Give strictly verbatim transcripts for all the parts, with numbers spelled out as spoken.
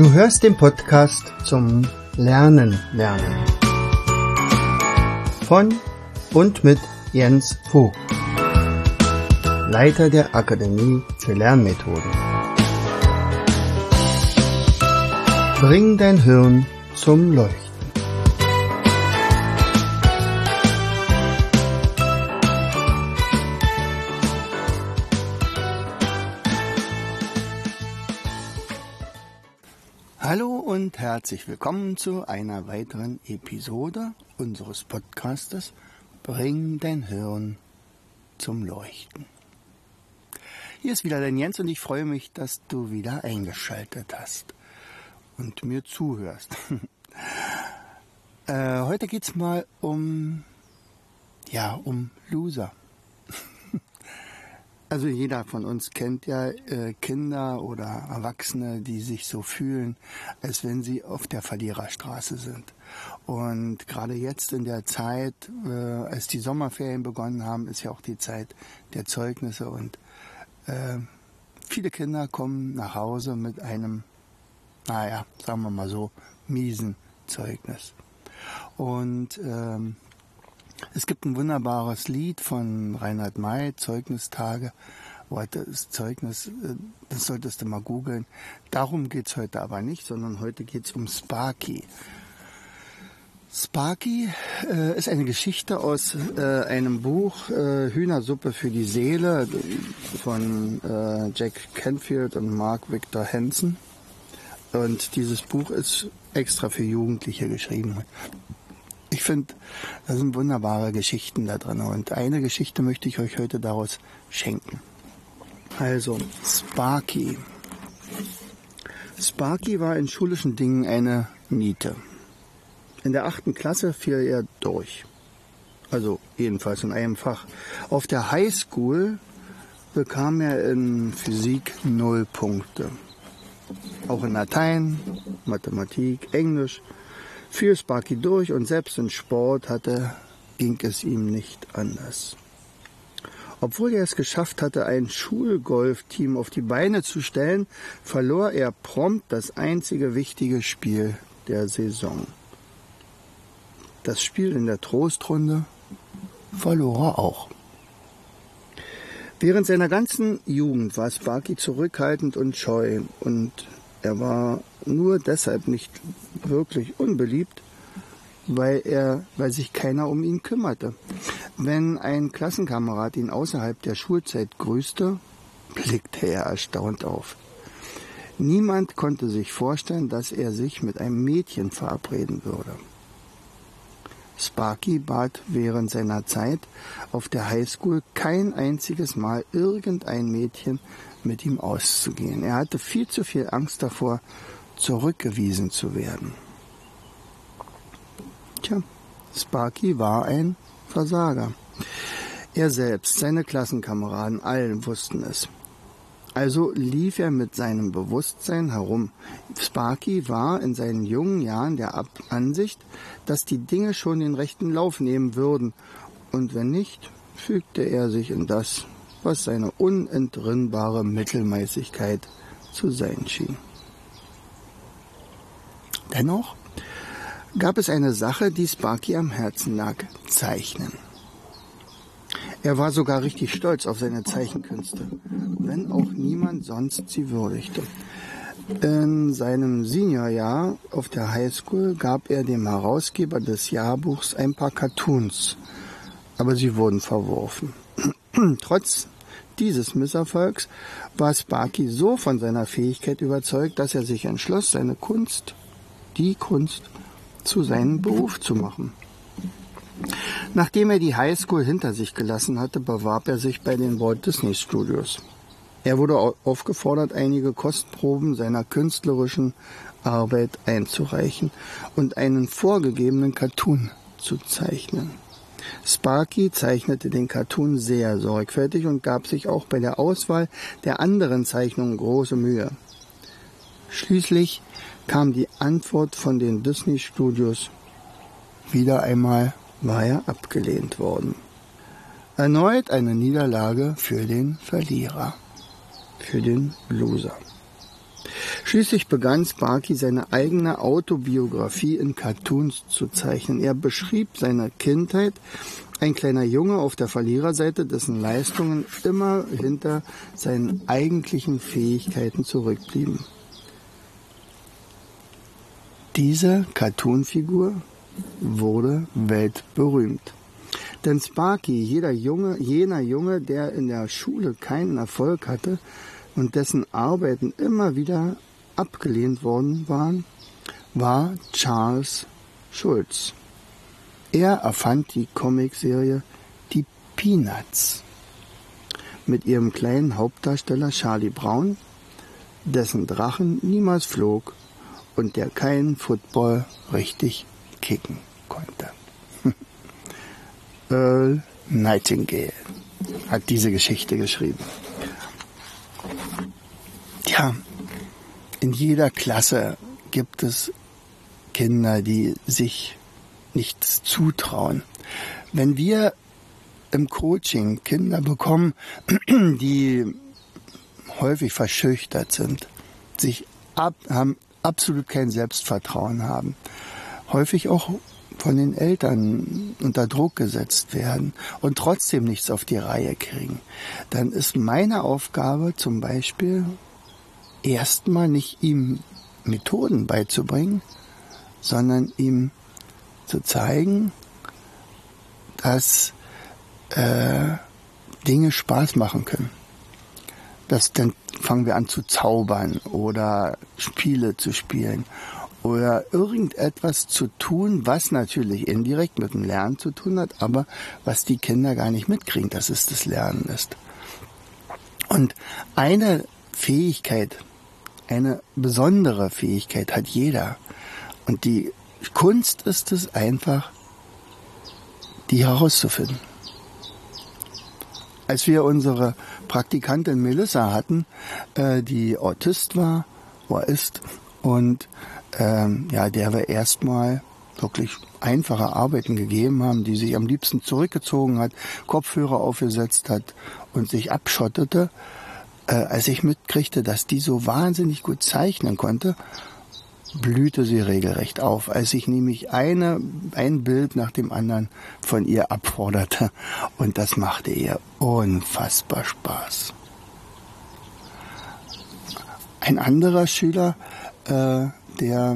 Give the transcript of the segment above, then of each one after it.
Du hörst den Podcast zum Lernen lernen von und mit Jens Vogt, Leiter der Akademie für Lernmethoden. Bring dein Hirn zum Leuchten. Hallo und herzlich willkommen zu einer weiteren Episode unseres Podcastes Bring dein Hirn zum Leuchten. Hier ist wieder dein Jens und ich freue mich, dass du wieder eingeschaltet hast und mir zuhörst. äh, heute geht es mal um, ja, um Loser. Also jeder von uns kennt ja äh, Kinder oder Erwachsene, die sich so fühlen, als wenn sie auf der Verliererstraße sind. Und gerade jetzt in der Zeit, äh, als die Sommerferien begonnen haben, ist ja auch die Zeit der Zeugnisse. Und äh, viele Kinder kommen nach Hause mit einem, naja, sagen wir mal so, miesen Zeugnis. Und ähm, es gibt ein wunderbares Lied von Reinhard May, Zeugnistage. Heute ist Zeugnis, das solltest du mal googeln. Darum geht es heute aber nicht, sondern heute geht es um Sparky. Sparky äh, ist eine Geschichte aus äh, einem Buch äh, Hühnersuppe für die Seele von äh, Jack Canfield und Mark Victor Hansen. Und dieses Buch ist extra für Jugendliche geschrieben. Ich finde, da sind wunderbare Geschichten da drin und eine Geschichte möchte ich euch heute daraus schenken. Also, Sparky. Sparky war in schulischen Dingen eine Niete. In der achten Klasse fiel er durch. Also jedenfalls in einem Fach. Auf der Highschool bekam er in Physik null Punkte. Auch in Latein, Mathematik, Englisch fiel Sparky durch und selbst in Sport hatte, ging es ihm nicht anders. Obwohl er es geschafft hatte, ein Schulgolfteam auf die Beine zu stellen, verlor er prompt das einzige wichtige Spiel der Saison. Das Spiel in der Trostrunde verlor er auch. Während seiner ganzen Jugend war Sparky zurückhaltend und scheu und er war nur deshalb nicht wirklich unbeliebt, weil er, weil sich keiner um ihn kümmerte. Wenn ein Klassenkamerad ihn außerhalb der Schulzeit grüßte, blickte er erstaunt auf. Niemand konnte sich vorstellen, dass er sich mit einem Mädchen verabreden würde. Sparky bat während seiner Zeit auf der Highschool kein einziges Mal irgendein Mädchen mit ihm auszugehen. Er hatte viel zu viel Angst davor, zurückgewiesen zu werden. Tja, Sparky war ein Versager. Er selbst, seine Klassenkameraden, allen wussten es. Also lief er mit seinem Bewusstsein herum. Sparky war in seinen jungen Jahren der Ansicht, dass die Dinge schon den rechten Lauf nehmen würden. Und wenn nicht, fügte er sich in das, was seine unentrinnbare Mittelmäßigkeit zu sein schien. Dennoch gab es eine Sache, die Sparky am Herzen lag: Zeichnen. Er war sogar richtig stolz auf seine Zeichenkünste, wenn auch niemand sonst sie würdigte. In seinem Seniorjahr auf der Highschool gab er dem Herausgeber des Jahrbuchs ein paar Cartoons, aber sie wurden verworfen. Trotz dieses Misserfolgs war Sparky so von seiner Fähigkeit überzeugt, dass er sich entschloss, seine Kunst, die Kunst, zu seinem Beruf zu machen. Nachdem er die Highschool hinter sich gelassen hatte, bewarb er sich bei den Walt Disney Studios. Er wurde aufgefordert, einige Kostproben seiner künstlerischen Arbeit einzureichen und einen vorgegebenen Cartoon zu zeichnen. Sparky zeichnete den Cartoon sehr sorgfältig und gab sich auch bei der Auswahl der anderen Zeichnungen große Mühe. Schließlich kam die Antwort von den Disney Studios. Wieder einmal war er abgelehnt worden. Erneut eine Niederlage für den Verlierer, für den Loser. Schließlich begann Sparky seine eigene Autobiografie in Cartoons zu zeichnen. Er beschrieb seine Kindheit, ein kleiner Junge auf der Verliererseite, dessen Leistungen immer hinter seinen eigentlichen Fähigkeiten zurückblieben. Diese Cartoonfigur wurde weltberühmt. Denn Sparky, jeder Junge, jener Junge, der in der Schule keinen Erfolg hatte und dessen Arbeiten immer wieder abgelehnt worden waren, war Charles Schulz. Er erfand die Comicserie Die Peanuts mit ihrem kleinen Hauptdarsteller Charlie Brown, dessen Drachen niemals flog und der keinen Football richtig kicken konnte. Earl Nightingale hat diese Geschichte geschrieben. Ja, in jeder Klasse gibt es Kinder, die sich nichts zutrauen. Wenn wir im Coaching Kinder bekommen, die häufig verschüchtert sind, sich ab, haben absolut kein Selbstvertrauen haben, häufig auch von den Eltern unter Druck gesetzt werden und trotzdem nichts auf die Reihe kriegen, dann ist meine Aufgabe zum Beispiel erstmal nicht ihm Methoden beizubringen, sondern ihm zu zeigen, dass äh, Dinge Spaß machen können. Das, dann fangen wir an zu zaubern oder Spiele zu spielen oder irgendetwas zu tun, was natürlich indirekt mit dem Lernen zu tun hat, aber was die Kinder gar nicht mitkriegen, dass es das Lernen ist. Und eine Fähigkeit, eine besondere Fähigkeit hat jeder. Und die Kunst ist es einfach, die herauszufinden. Als wir unsere Praktikantin Melissa hatten, äh, die Autist war, oder ist, und ähm, ja, der wir erstmal wirklich einfache Arbeiten gegeben haben, die sich am liebsten zurückgezogen hat, Kopfhörer aufgesetzt hat und sich abschottete, äh, als ich mitkriegte, dass die so wahnsinnig gut zeichnen konnte, blühte sie regelrecht auf, als ich nämlich eine, ein Bild nach dem anderen von ihr abforderte. Und das machte ihr unfassbar Spaß. Ein anderer Schüler, äh, der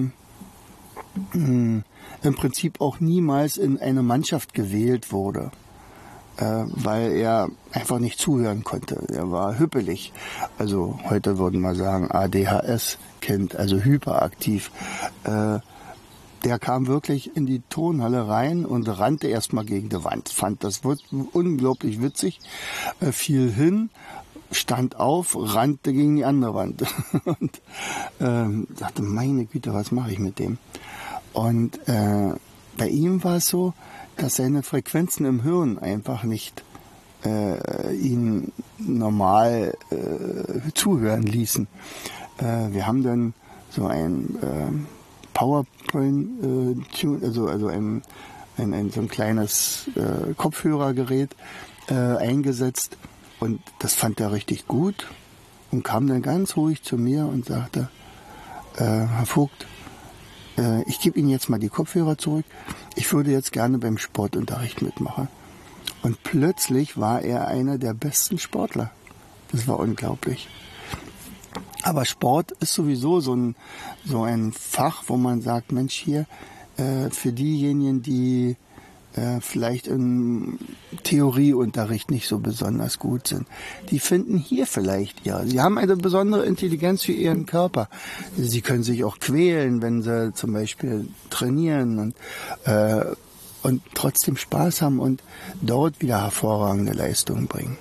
mh, im Prinzip auch niemals in eine Mannschaft gewählt wurde, äh, weil er einfach nicht zuhören konnte. Er war hüppelig. Also heute würden wir sagen A D H S-Kind, also hyperaktiv. Äh, der kam wirklich in die Turnhalle rein und rannte erstmal gegen die Wand. Fand das unglaublich witzig, äh, fiel hin, stand auf, rannte gegen die andere Wand und ähm, dachte, meine Güte, was mache ich mit dem? Und äh, bei ihm war es so, dass seine Frequenzen im Hirn einfach nicht äh, ihn normal äh, zuhören ließen. Äh, wir haben dann so ein äh, PowerPoint, äh, also, also ein, ein, ein so ein kleines äh, Kopfhörergerät äh, eingesetzt. Und das fand er richtig gut und kam dann ganz ruhig zu mir und sagte, äh, Herr Vogt, äh, ich gebe Ihnen jetzt mal die Kopfhörer zurück. Ich würde jetzt gerne beim Sportunterricht mitmachen. Und plötzlich war er einer der besten Sportler. Das war unglaublich. Aber Sport ist sowieso so ein, so ein Fach, wo man sagt, Mensch, hier, äh, für diejenigen, die äh, vielleicht im Theorieunterricht nicht so besonders gut sind. Die finden hier vielleicht, ja, sie haben eine besondere Intelligenz für ihren Körper. Sie können sich auch quälen, wenn sie zum Beispiel trainieren und, äh, und trotzdem Spaß haben und dort wieder hervorragende Leistungen bringen.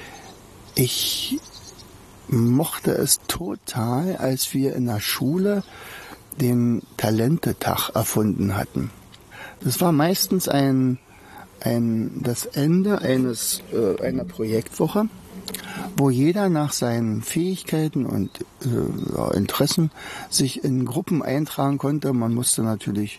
Ich mochte es total, als wir in der Schule den Talentetag erfunden hatten. Das war meistens ein, ein, das Ende eines, äh, einer Projektwoche, wo jeder nach seinen Fähigkeiten und äh, Interessen sich in Gruppen eintragen konnte. Man musste natürlich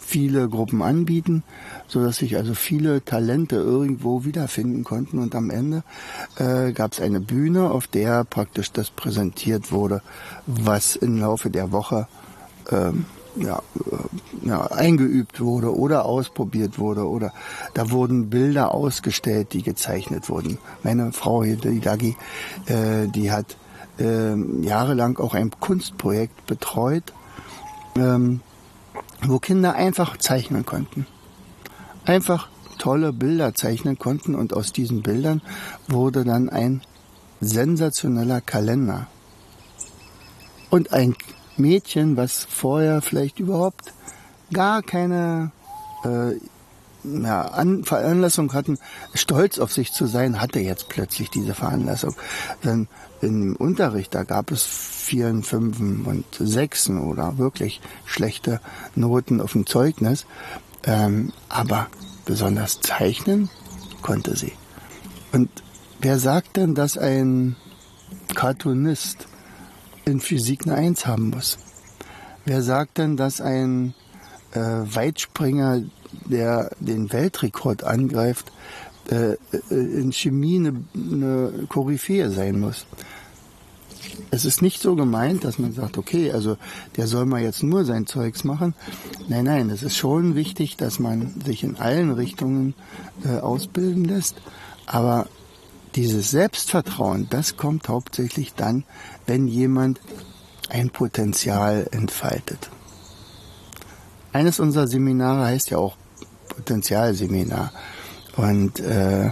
viele Gruppen anbieten, so dass sich also viele Talente irgendwo wiederfinden konnten. Und am Ende äh, gab es eine Bühne, auf der praktisch das präsentiert wurde, was im Laufe der Woche ähm, ja, äh, ja, eingeübt wurde oder ausprobiert wurde. Oder da wurden Bilder ausgestellt, die gezeichnet wurden. Meine Frau, die Dagi, äh, die hat äh, jahrelang auch ein Kunstprojekt betreut, ähm, wo Kinder einfach zeichnen konnten. Einfach tolle Bilder zeichnen konnten und aus diesen Bildern wurde dann ein sensationeller Kalender. Und ein Mädchen, was vorher vielleicht überhaupt gar keine äh, ja, An- Veranlassung hatten, stolz auf sich zu sein, hatte jetzt plötzlich diese Veranlassung. Denn im Unterricht, da gab es Vieren, Fünfen und Sechsen oder wirklich schlechte Noten auf dem Zeugnis. Ähm, aber besonders zeichnen konnte sie. Und wer sagt denn, dass ein Cartoonist in Physik eine Eins haben muss? Wer sagt denn, dass ein äh, Weitspringer, der den Weltrekord angreift, äh, in Chemie eine, eine Koryphäe sein muss? Es ist nicht so gemeint, dass man sagt, okay, also der soll mal jetzt nur sein Zeugs machen. Nein, nein, es ist schon wichtig, dass man sich in allen Richtungen äh, ausbilden lässt. Aber dieses Selbstvertrauen, das kommt hauptsächlich dann, wenn jemand ein Potenzial entfaltet. Eines unserer Seminare heißt ja auch Potenzialseminar. Und äh,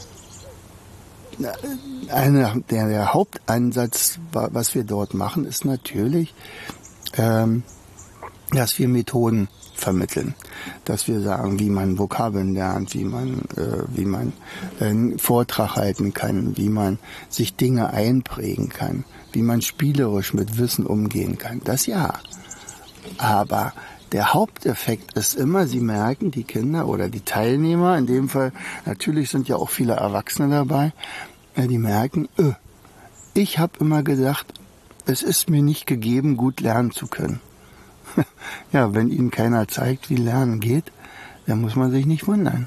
eine, der, der Hauptansatz, was wir dort machen, ist natürlich, ähm, dass wir Methoden vermitteln, dass wir sagen, wie man Vokabeln lernt, wie man, äh, wie man einen Vortrag halten kann, wie man sich Dinge einprägen kann, wie man spielerisch mit Wissen umgehen kann. Das ja. Aber der Haupteffekt ist immer, sie merken, die Kinder oder die Teilnehmer, in dem Fall, natürlich sind ja auch viele Erwachsene dabei, die merken, öh, ich habe immer gedacht, es ist mir nicht gegeben, gut lernen zu können. Ja, wenn ihnen keiner zeigt, wie Lernen geht, dann muss man sich nicht wundern.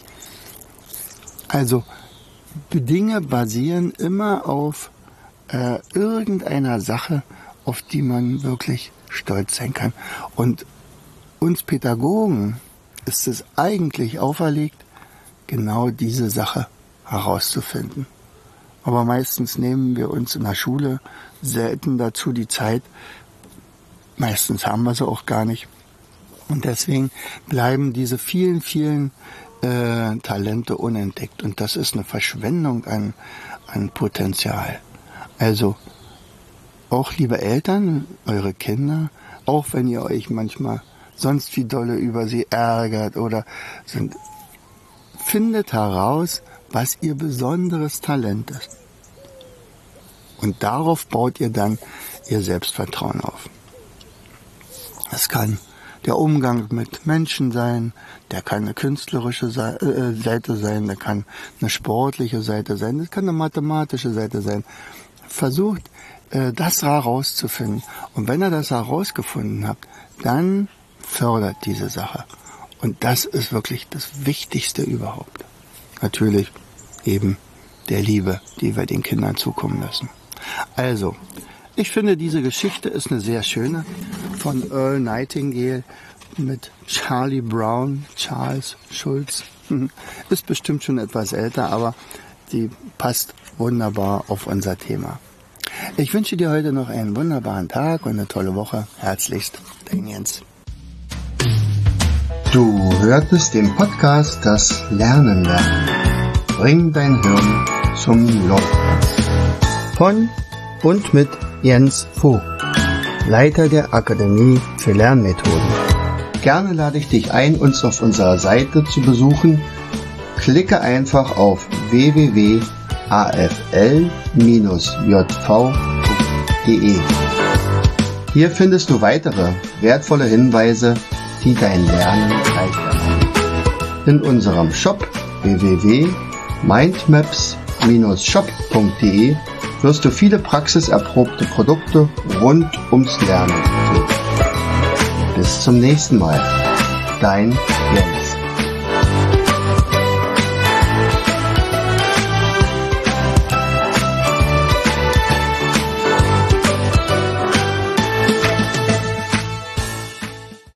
Also, Dinge basieren immer auf äh, irgendeiner Sache, auf die man wirklich stolz sein kann. Und uns Pädagogen ist es eigentlich auferlegt, genau diese Sache herauszufinden. Aber meistens nehmen wir uns in der Schule selten dazu die Zeit. Meistens haben wir sie auch gar nicht. Und deswegen bleiben diese vielen, vielen äh, Talente unentdeckt. Und das ist eine Verschwendung an, an Potenzial. Also auch, liebe Eltern, eure Kinder, auch wenn ihr euch manchmal sonst wie dolle über sie ärgert oder sind, findet heraus, was ihr besonderes Talent ist. Und darauf baut ihr dann ihr Selbstvertrauen auf. Es kann der Umgang mit Menschen sein, der kann eine künstlerische Seite sein, der kann eine sportliche Seite sein, das kann eine mathematische Seite sein. Versucht, das herauszufinden. Und wenn ihr das herausgefunden habt, dann fördert diese Sache. Und das ist wirklich das Wichtigste überhaupt. Natürlich eben der Liebe, die wir den Kindern zukommen lassen. Also, ich finde, diese Geschichte ist eine sehr schöne von Earl Nightingale mit Charlie Brown, Charles Schulz. Ist bestimmt schon etwas älter, aber die passt wunderbar auf unser Thema. Ich wünsche dir heute noch einen wunderbaren Tag und eine tolle Woche. Herzlichst, dein Jens. Du hörtest den Podcast Das Lernen lernen. Bring dein Hirn zum Laufen. Von und mit Jens Vogt, Leiter der Akademie für Lernmethoden. Gerne lade ich dich ein, uns auf unserer Seite zu besuchen. Klicke einfach auf w w w punkt a f l j v punkt d e. Hier findest du weitere wertvolle Hinweise, die dein Lernen leichter machen. In unserem Shop w w w punkt mindmaps shop punkt d e wirst du viele praxiserprobte Produkte rund ums Lernen finden. Bis zum nächsten Mal. Dein Jens.